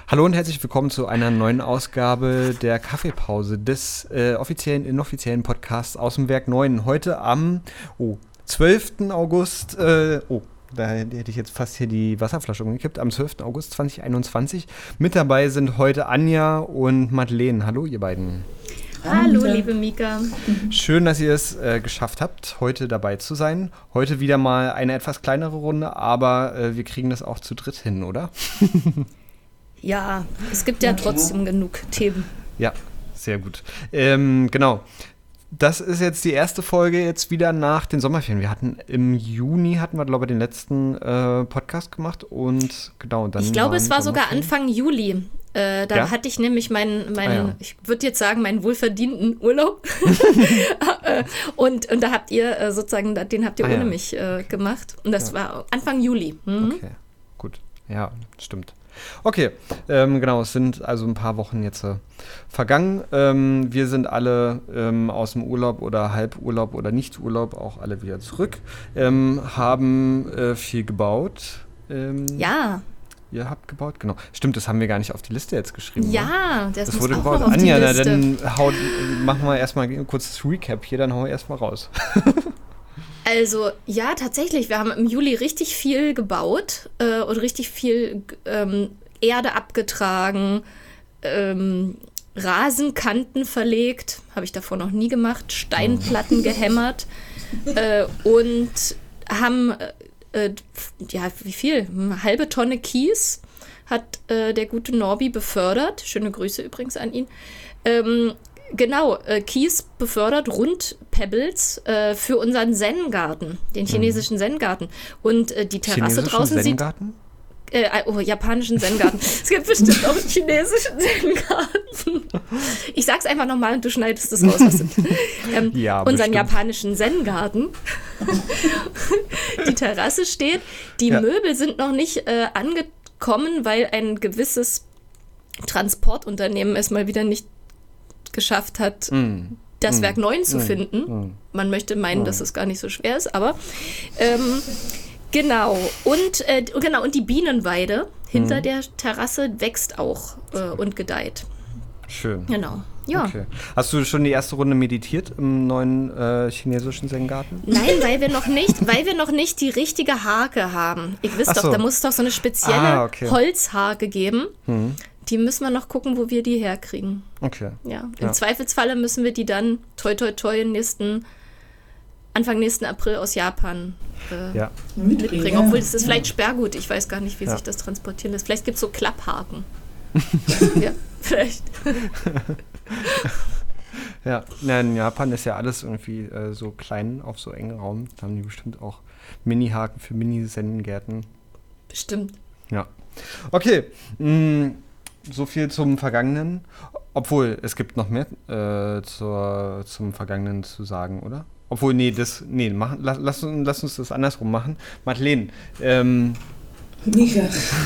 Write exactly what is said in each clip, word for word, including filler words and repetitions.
Hallo und herzlich willkommen zu einer neuen Ausgabe der Kaffeepause des äh, offiziellen, inoffiziellen Podcasts aus dem Werk neun. Heute am oh, zwölften August, äh, oh, da hätte ich jetzt fast hier die Wasserflasche umgekippt, am zwölften August zweitausendeinundzwanzig. Mit dabei sind heute Anja und Madeleine. Hallo, ihr beiden. Hallo, liebe Mika. Schön, dass ihr es äh, geschafft habt, heute dabei zu sein. Heute wieder mal eine etwas kleinere Runde, aber äh, wir kriegen das auch zu dritt hin, oder? Ja, es gibt ja, ja trotzdem genug Themen. Ja, sehr gut. Ähm, genau. Das ist jetzt die erste Folge jetzt wieder nach den Sommerferien. Wir hatten im Juni, hatten wir, glaube ich, den letzten äh, Podcast gemacht und genau, dann. Ich glaube, es war sogar Anfang Juli. Äh, da ja? hatte ich nämlich meinen, meinen ah, ja. ich würde jetzt sagen, meinen wohlverdienten Urlaub. und, und da habt ihr äh, sozusagen, den habt ihr ah, ohne ja. mich äh, gemacht. Und das ja. war Anfang Juli. Mhm. Okay, gut. Ja, stimmt. Okay, ähm, genau, es sind also ein paar Wochen jetzt äh, vergangen. Ähm, wir sind alle ähm, aus dem Urlaub oder Halburlaub oder Nichturlaub auch alle wieder zurück, ähm, haben äh, viel gebaut. Ähm, ja. Ihr habt gebaut, genau. Stimmt, das haben wir gar nicht auf die Liste jetzt geschrieben. Ja, das, das muss wurde auch gebaut. Noch auf Anja, die Liste. Na, dann haut, machen wir erstmal ein kurzes Recap hier, dann hauen wir erstmal raus. Also, ja, tatsächlich, wir haben im Juli richtig viel gebaut äh, und richtig viel ähm, Erde abgetragen, ähm, Rasenkanten verlegt, habe ich davor noch nie gemacht, Steinplatten gehämmert äh, und haben, äh, ja, wie viel? Eine halbe Tonne Kies hat äh, der gute Norbi befördert. Schöne Grüße übrigens an ihn. Ähm, Genau, äh, Kies befördert rund Pebbles äh, für unseren Zen-Garten, den chinesischen Zen-Garten. Und äh, die Terrasse draußen Zen-Garten? sieht... Äh, oh, japanischen Zen-Garten. Es gibt bestimmt auch einen chinesischen Zen-Garten. Ich sag's einfach nochmal und du schneidest es raus. Was ähm, ja, unseren bestimmt. japanischen Zen-Garten. Die Terrasse steht. Die ja. Möbel sind noch nicht äh, angekommen, weil ein gewisses Transportunternehmen es mal wieder nicht geschafft hat, mm. das mm. Werk neun zu mm. finden. Mm. Man möchte meinen, mm. dass es gar nicht so schwer ist, aber ähm, genau. Und äh, genau, und die Bienenweide hinter mm. der Terrasse wächst auch äh, und gedeiht. Schön. Genau. Ja. Okay. Hast du schon die erste Runde meditiert im neuen äh, chinesischen Zen-Garten? Nein, weil wir noch nicht, weil wir noch nicht die richtige Hake haben. Ihr wisst Ach doch, so. da muss es doch so eine spezielle ah, okay. Holzhake geben. Hm. Die müssen wir noch gucken, wo wir die herkriegen. Okay. Ja. Im ja. Zweifelsfalle müssen wir die dann toi toi toi nächsten, Anfang nächsten April aus Japan äh, ja. mitbringen. mitbringen. Ja. Obwohl es ist vielleicht Sperrgut. Ich weiß gar nicht, wie ja. sich das transportieren lässt. Vielleicht gibt es so Klapphaken. ja, vielleicht. ja, na, in Japan ist ja alles irgendwie äh, so klein auf so engen Raum. Da haben die bestimmt auch Mini-Haken für Mini-Zen-Gärten. Bestimmt. Ja. Okay, mh, so viel zum Vergangenen. Obwohl, es gibt noch mehr äh, zur, zum Vergangenen zu sagen, oder? Obwohl, nee, das, nee, mach, lass, lass, lass uns das andersrum machen. Madeleine, ähm, Mika.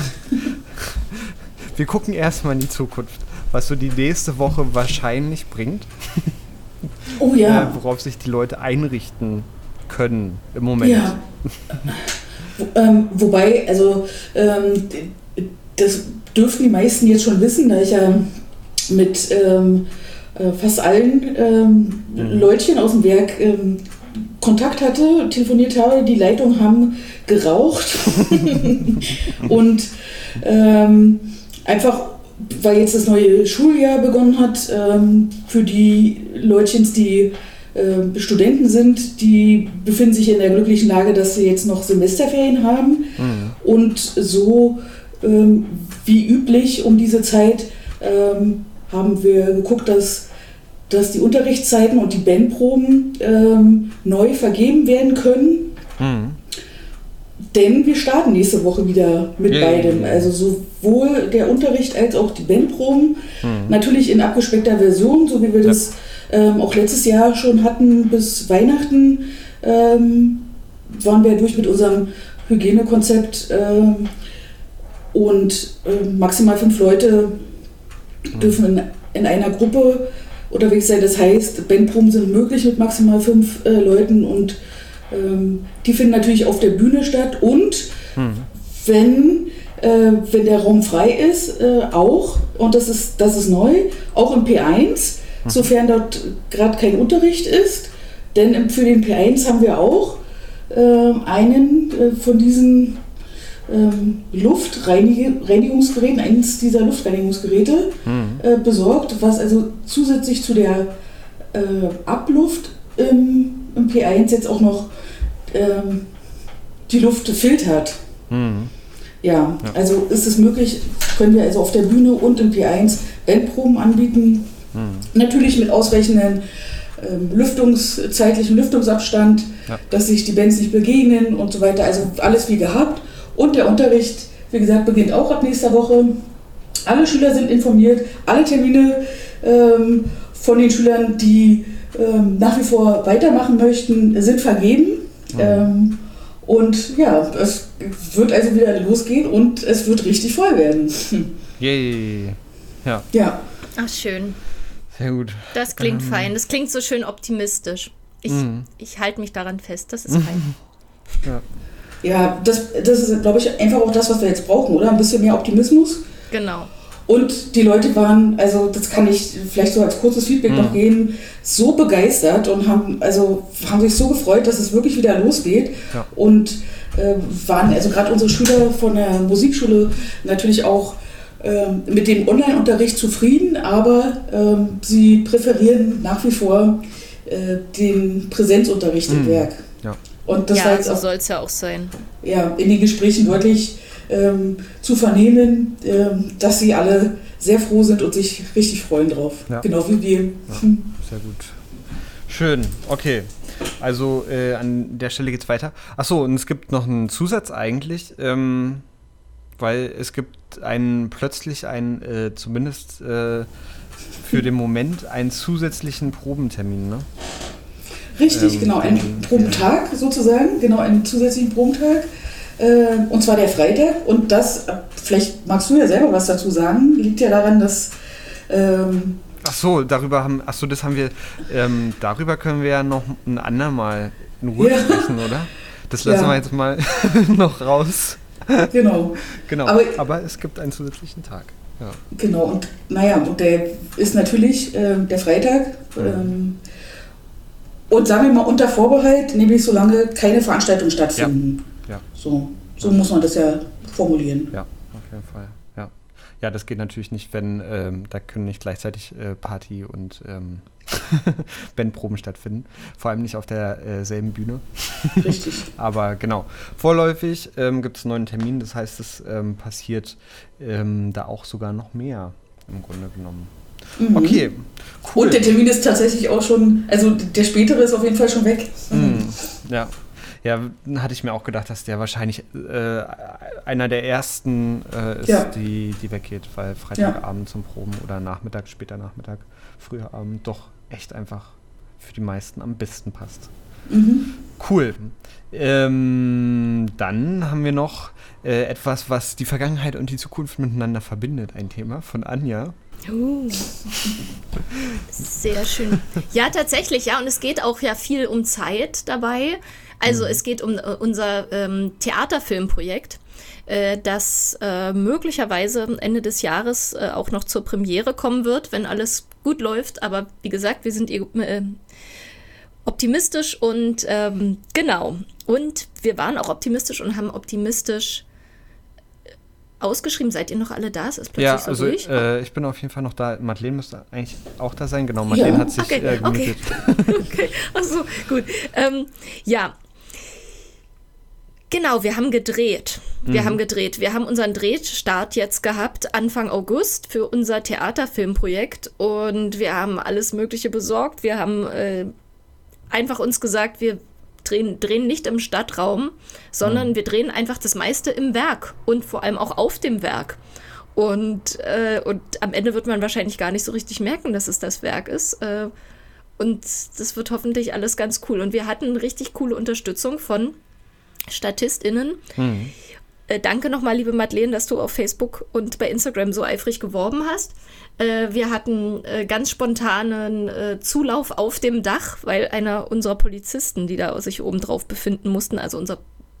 wir gucken erstmal in die Zukunft, was so die nächste Woche wahrscheinlich bringt. Oh ja. Äh, worauf sich die Leute einrichten können im Moment. Ja. Wo, ähm, wobei, also ähm, das dürften die meisten jetzt schon wissen, da ich ja mit ähm, äh, fast allen ähm, mhm. Leutchen aus dem Werk ähm, Kontakt hatte, telefoniert habe, die Leitungen haben geraucht und ähm, einfach, weil jetzt das neue Schuljahr begonnen hat, ähm, für die Leutchens, die äh, Studenten sind, die befinden sich in der glücklichen Lage, dass sie jetzt noch Semesterferien haben mhm. und so ähm, wie üblich um diese Zeit ähm, haben wir geguckt, dass, dass die Unterrichtszeiten und die Bandproben ähm, neu vergeben werden können. Mhm. Denn wir starten nächste Woche wieder mit yeah. beidem. Also sowohl der Unterricht als auch die Bandproben. Mhm. Natürlich in abgespeckter Version, so wie wir ja. das ähm, auch letztes Jahr schon hatten. Bis Weihnachten ähm, waren wir durch mit unserem Hygienekonzept. Ähm, und äh, maximal fünf Leute mhm. dürfen in, in einer Gruppe unterwegs sein. Das heißt, Bandproben sind möglich mit maximal fünf äh, Leuten und ähm, die finden natürlich auf der Bühne statt. Und mhm. wenn äh, wenn der Raum frei ist, äh, auch, und das ist, das ist neu, auch im P eins, mhm. sofern dort gerade kein Unterricht ist. Denn im, für den P eins haben wir auch äh, einen äh, von diesen ähm, Luftreinigungsgeräten, eines dieser Luftreinigungsgeräte mhm. äh, besorgt, was also zusätzlich zu der äh, Abluft im, im P eins jetzt auch noch ähm, die Luft filtert. Mhm. Ja, ja, also ist es möglich, können wir also auf der Bühne und im P eins Bandproben anbieten. Mhm. Natürlich mit ausreichenden ähm, Lüftungs, zeitlichen Lüftungsabstand, ja. dass sich die Bands nicht begegnen und so weiter. Also alles wie gehabt. Und der Unterricht, wie gesagt, beginnt auch ab nächster Woche. Alle Schüler sind informiert, alle Termine ähm, von den Schülern, die ähm, nach wie vor weitermachen möchten, sind vergeben. Mhm. Ähm, und ja, es wird also wieder losgehen und es wird richtig voll werden. Yay. Ja. Ja. Ach, schön. Sehr gut. Das klingt ähm. fein. Das klingt so schön optimistisch. Ich, mhm. ich halte mich daran fest. Das ist fein. Ja. Ja, das, das ist, glaube ich, einfach auch das, was wir jetzt brauchen, oder? Ein bisschen mehr Optimismus. Genau. Und die Leute waren, also das kann ich vielleicht so als kurzes Feedback mhm. noch geben, so begeistert und haben, also, haben sich so gefreut, dass es wirklich wieder losgeht. Ja. Und äh, waren, also gerade unsere Schüler von der Musikschule natürlich auch äh, mit dem Online-Unterricht zufrieden, aber äh, sie präferieren nach wie vor äh, den Präsenzunterricht mhm. im Werk. Ja. Und das ja, war jetzt so soll es ja auch sein. Ja, in den Gesprächen deutlich ähm, zu vernehmen, ähm, dass sie alle sehr froh sind und sich richtig freuen drauf. Ja. Genau wie wir. Ja, sehr gut. Schön, okay. Also äh, an der Stelle geht's weiter. Achso, und es gibt noch einen Zusatz eigentlich, ähm, weil es gibt einen plötzlich einen, äh, zumindest äh, für den Moment, einen zusätzlichen Probentermin, ne? Richtig, ähm, genau, einen Probentag sozusagen, genau, einen zusätzlichen Probentag, äh, und zwar der Freitag. Und das, vielleicht magst du ja selber was dazu sagen, liegt ja daran, dass... Ähm, ach so, darüber haben, ach so, das haben wir, ähm, darüber können wir ja noch ein andermal in Ruhe ja. sprechen, oder? Das lassen ja. wir jetzt mal noch raus. Genau. genau. Aber, Aber es gibt einen zusätzlichen Tag. Ja. Genau, und naja, und der ist natürlich äh, der Freitag. Ähm, Und sagen wir mal unter Vorbehalt, nämlich solange keine Veranstaltungen stattfinden. Ja. Ja. So, so muss man das ja formulieren. Ja, auf jeden Fall. Ja, ja, das geht natürlich nicht, wenn ähm, da können nicht gleichzeitig äh, Party und ähm, Bandproben stattfinden. Vor allem nicht auf derselben äh, Bühne. Richtig. Aber genau. Vorläufig ähm, gibt es einen neuen Termin, das heißt, es ähm, passiert ähm, da auch sogar noch mehr im Grunde genommen. Mhm. Okay, cool. Und der Termin ist tatsächlich auch schon, also der spätere ist auf jeden Fall schon weg. Mhm. Ja, ja, hatte ich mir auch gedacht, dass der wahrscheinlich äh, einer der ersten äh, ist, ja. die, die weggeht, weil Freitagabend ja. zum Proben oder Nachmittag, später Nachmittag, früher Abend doch echt einfach für die meisten am besten passt. Mhm. Cool. Ähm, dann haben wir noch äh, etwas, was die Vergangenheit und die Zukunft miteinander verbindet. Ein Thema von Anja. Uh, sehr schön. Ja, tatsächlich, ja. Und es geht auch ja viel um Zeit dabei. Also mhm. es geht um äh, unser ähm, Theaterfilmprojekt, äh, das äh, möglicherweise Ende des Jahres äh, auch noch zur Premiere kommen wird, wenn alles gut läuft. Aber wie gesagt, wir sind äh, optimistisch und ähm, genau. Und wir waren auch optimistisch und haben optimistisch ausgeschrieben. Seid ihr noch alle da? Es ist plötzlich ja, so also ruhig. Äh, ich bin auf jeden Fall noch da. Madeleine müsste eigentlich auch da sein. Genau, Madeleine ja. hat sich okay, äh, gemütet. Okay, okay. Achso, gut. Ähm, ja. Genau, wir haben gedreht. Wir mhm. haben gedreht. Wir haben unseren Drehstart jetzt gehabt, Anfang August, für unser Theaterfilmprojekt. Und wir haben alles Mögliche besorgt. Wir haben äh, einfach uns gesagt, wir Drehen, drehen nicht im Stadtraum, sondern mhm. wir drehen einfach das meiste im Werk und vor allem auch auf dem Werk. Und, äh, und am Ende wird man wahrscheinlich gar nicht so richtig merken, dass es das Werk ist. Äh, und das wird hoffentlich alles ganz cool. Und wir hatten richtig coole Unterstützung von StatistInnen. Mhm. Äh, danke nochmal, liebe Madeleine, dass du auf Facebook und bei Instagram so eifrig geworben hast. Äh, wir hatten äh, ganz spontanen äh, Zulauf auf dem Dach, weil einer unserer Polizisten, die da sich oben drauf befinden mussten, also unser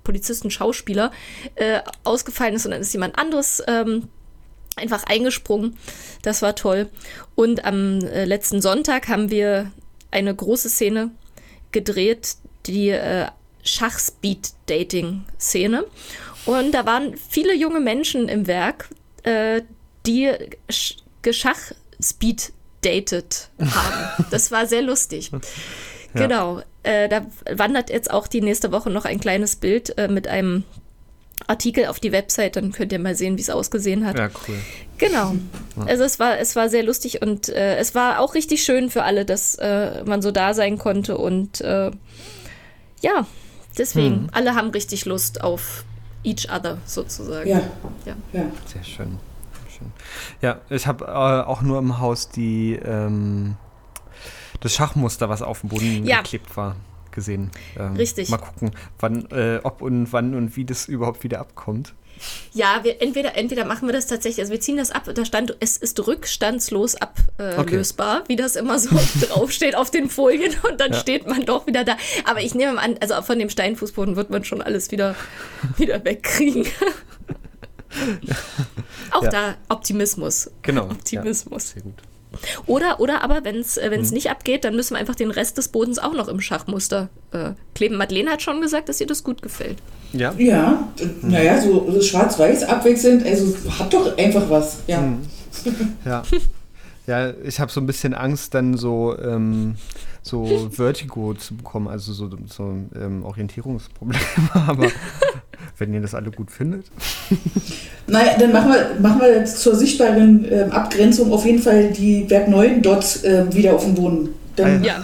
Polizisten-Schauspieler äh, ausgefallen ist und dann ist jemand anderes ähm, einfach eingesprungen. Das war toll. Und am äh, letzten Sonntag haben wir eine große Szene gedreht, die äh, Schach-Speed-Dating-Szene. Und da waren viele junge Menschen im Werk, äh, die sch- Geschach-Speed-datet haben. Das war sehr lustig. Ja. Genau. Äh, da wandert jetzt auch die nächste Woche noch ein kleines Bild äh, mit einem Artikel auf die Website, dann könnt ihr mal sehen, wie es ausgesehen hat. Ja, cool. Genau. Also es war, es war sehr lustig und äh, es war auch richtig schön für alle, dass äh, man so da sein konnte und äh, ja, deswegen, hm. alle haben richtig Lust auf each other sozusagen. Ja. Ja. ja. Sehr schön. schön. Ja, ich habe äh, auch nur im Haus die ähm, das Schachmuster, was auf dem Boden ja. geklebt war, gesehen. Ähm, Richtig. Mal gucken, wann, äh, ob und wann und wie das überhaupt wieder abkommt. Ja, wir, entweder, entweder machen wir das tatsächlich, also wir ziehen das ab, da stand, es ist rückstandslos ablösbar, okay. wie das immer so draufsteht auf den Folien und dann ja. steht man doch wieder da. Aber ich nehme an, also von dem Steinfußboden wird man schon alles wieder, wieder wegkriegen. Ja. Auch ja. da Optimismus. Genau. Optimismus. Ja, sehr gut. Oder, oder aber, wenn es hm. nicht abgeht, dann müssen wir einfach den Rest des Bodens auch noch im Schachmuster äh, kleben. Madeleine hat schon gesagt, dass ihr das gut gefällt. Ja, ja hm. naja, so, so schwarz-weiß abwechselnd, also hat doch einfach was. Ja, hm. ja. ja ich habe so ein bisschen Angst, dann so, ähm, so Vertigo zu bekommen, also so, so ähm, Orientierungsprobleme, aber wenn ihr das alle gut findet. Naja, dann machen wir, machen wir zur sichtbaren ähm, Abgrenzung auf jeden Fall die Werk neun Dots ähm, wieder auf dem Boden. Dann ja.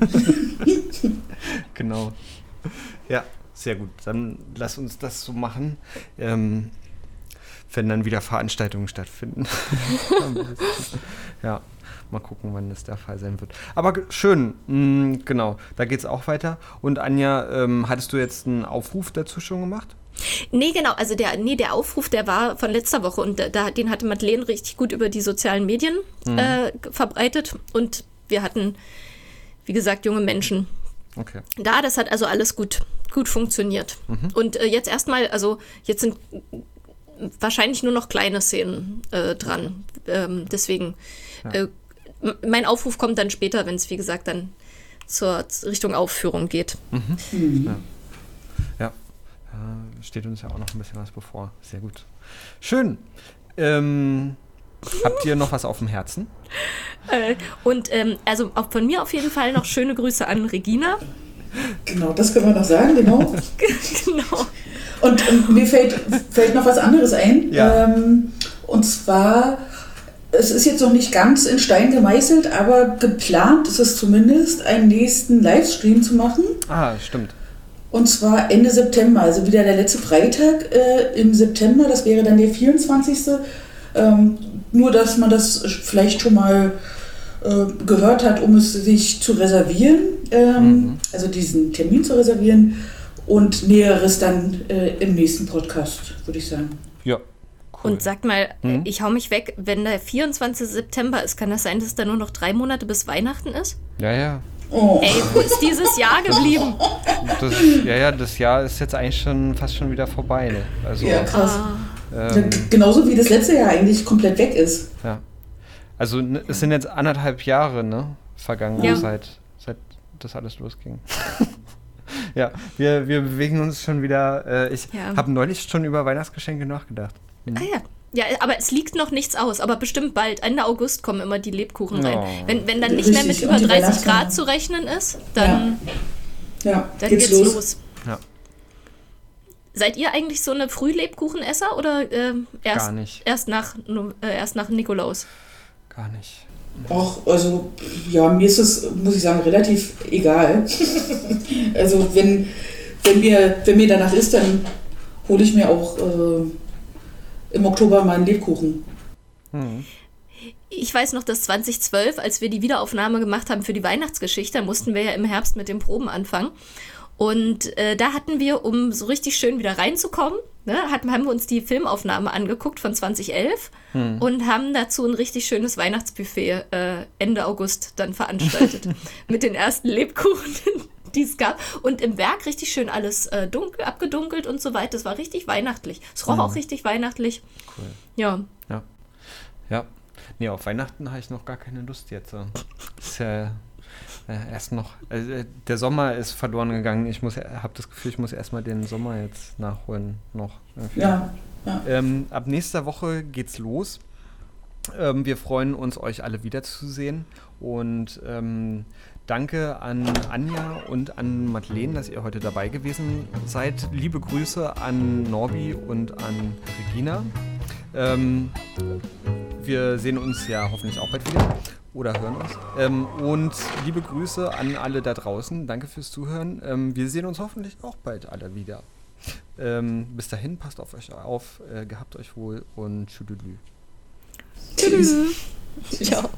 Genau. Ja, sehr gut. Dann lass uns das so machen, ähm, wenn dann wieder Veranstaltungen stattfinden. Ja, mal gucken, wann das der Fall sein wird. Aber g- schön, mh, genau, da geht's auch weiter. Und Anja, ähm, hattest du jetzt einen Aufruf dazu schon gemacht? Nee, genau, also der, nee, der Aufruf, der war von letzter Woche und da, den hatte Madeleine richtig gut über die sozialen Medien mhm. äh, verbreitet und wir hatten, wie gesagt, junge Menschen okay. da. Das hat also alles gut, gut funktioniert. Mhm. Und äh, jetzt erstmal, also jetzt sind wahrscheinlich nur noch kleine Szenen äh, dran. Ähm, deswegen, ja. äh, m- mein Aufruf kommt dann später, wenn es, wie gesagt, dann zur Richtung Aufführung geht. Mhm. Mhm. Ja. ja. Äh, steht uns ja auch noch ein bisschen was bevor. Sehr gut. Schön. Ähm, habt ihr noch was auf dem Herzen? Äh, und ähm, also auch von mir auf jeden Fall noch schöne Grüße an Regina. Genau, das können wir noch sagen, genau. Genau. Und ähm, mir fällt, fällt noch was anderes ein. Ja. Ähm, und zwar, es ist jetzt noch nicht ganz in Stein gemeißelt, aber geplant ist es zumindest, einen nächsten Livestream zu machen. Ah, stimmt. Und zwar Ende September, also wieder der letzte Freitag äh, im September, das wäre dann der vierundzwanzigste Ähm, nur, dass man das vielleicht schon mal äh, gehört hat, um es sich zu reservieren, ähm, mhm. also diesen Termin zu reservieren und Näheres dann äh, im nächsten Podcast, würde ich sagen. Ja. Cool. Und sagt mal, mhm. ich hau mich weg, wenn der vierundzwanzigste September ist, kann das sein, dass da nur noch drei Monate bis Weihnachten ist? Ja, ja. Oh. Ey, wo ist dieses Jahr geblieben? Das, ja, ja, das Jahr ist jetzt eigentlich schon fast schon wieder vorbei. Ne? Also, ja, krass. Ah. Ähm, Genauso wie das letzte Jahr eigentlich komplett weg ist. Ja. Also ne, es sind jetzt anderthalb Jahre, ne, vergangen, ja. seit, seit das alles losging. Ja, wir, wir bewegen uns schon wieder. Äh, ich ja. habe neulich schon über Weihnachtsgeschenke nachgedacht. Mhm. Ah ja. Ja, aber es liegt noch nichts aus, aber bestimmt bald. Ende August kommen immer die Lebkuchen rein. Oh. Wenn, wenn dann nicht Richtig. mehr mit über dreißig Grad zu rechnen ist, dann, ja. Ja. dann geht's, geht's los. los. Ja. Seid ihr eigentlich so eine Frühlebkuchenesser oder äh, erst, Gar nicht. Erst, nach, äh, erst nach Nikolaus? Gar nicht. Ach, also, ja, mir ist es, muss ich sagen, relativ egal. Also, wenn, wenn, mir, wenn mir danach ist, dann hole ich mir auch äh, im Oktober mal einen Lebkuchen. Mhm. Ich weiß noch, dass zwanzig zwölf, als wir die Wiederaufnahme gemacht haben für die Weihnachtsgeschichte, mussten wir ja im Herbst mit den Proben anfangen. Und äh, da hatten wir, um so richtig schön wieder reinzukommen, ne, hatten, haben wir uns die Filmaufnahme angeguckt von zwanzig elf hm. und haben dazu ein richtig schönes Weihnachtsbuffet äh, Ende August dann veranstaltet. Mit den ersten Lebkuchen die es gab. Und im Werk richtig schön alles äh, dunkel, abgedunkelt und so weiter. Das war richtig weihnachtlich. Es roch mhm. auch richtig weihnachtlich. Cool. Ja. Ja. Ja. Nee, auf Weihnachten habe ich noch gar keine Lust jetzt. Ist ja äh, erst noch, also der Sommer ist verloren gegangen. Ich muss, habe das Gefühl, ich muss erstmal den Sommer jetzt nachholen noch. Irgendwie. Ja. ja. Ähm, ab nächster Woche geht's los. Ähm, wir freuen uns, euch alle wiederzusehen. Und ähm, danke an Anja und an Madeleine, dass ihr heute dabei gewesen seid. Liebe Grüße an Norbi und an Regina. Ähm, wir sehen uns ja hoffentlich auch bald wieder oder hören uns. Ähm, und liebe Grüße an alle da draußen. Danke fürs Zuhören. Ähm, wir sehen uns hoffentlich auch bald alle wieder. Ähm, bis dahin, passt auf euch auf, äh, gehabt euch wohl und tschüdelü. Tschüss. Ciao.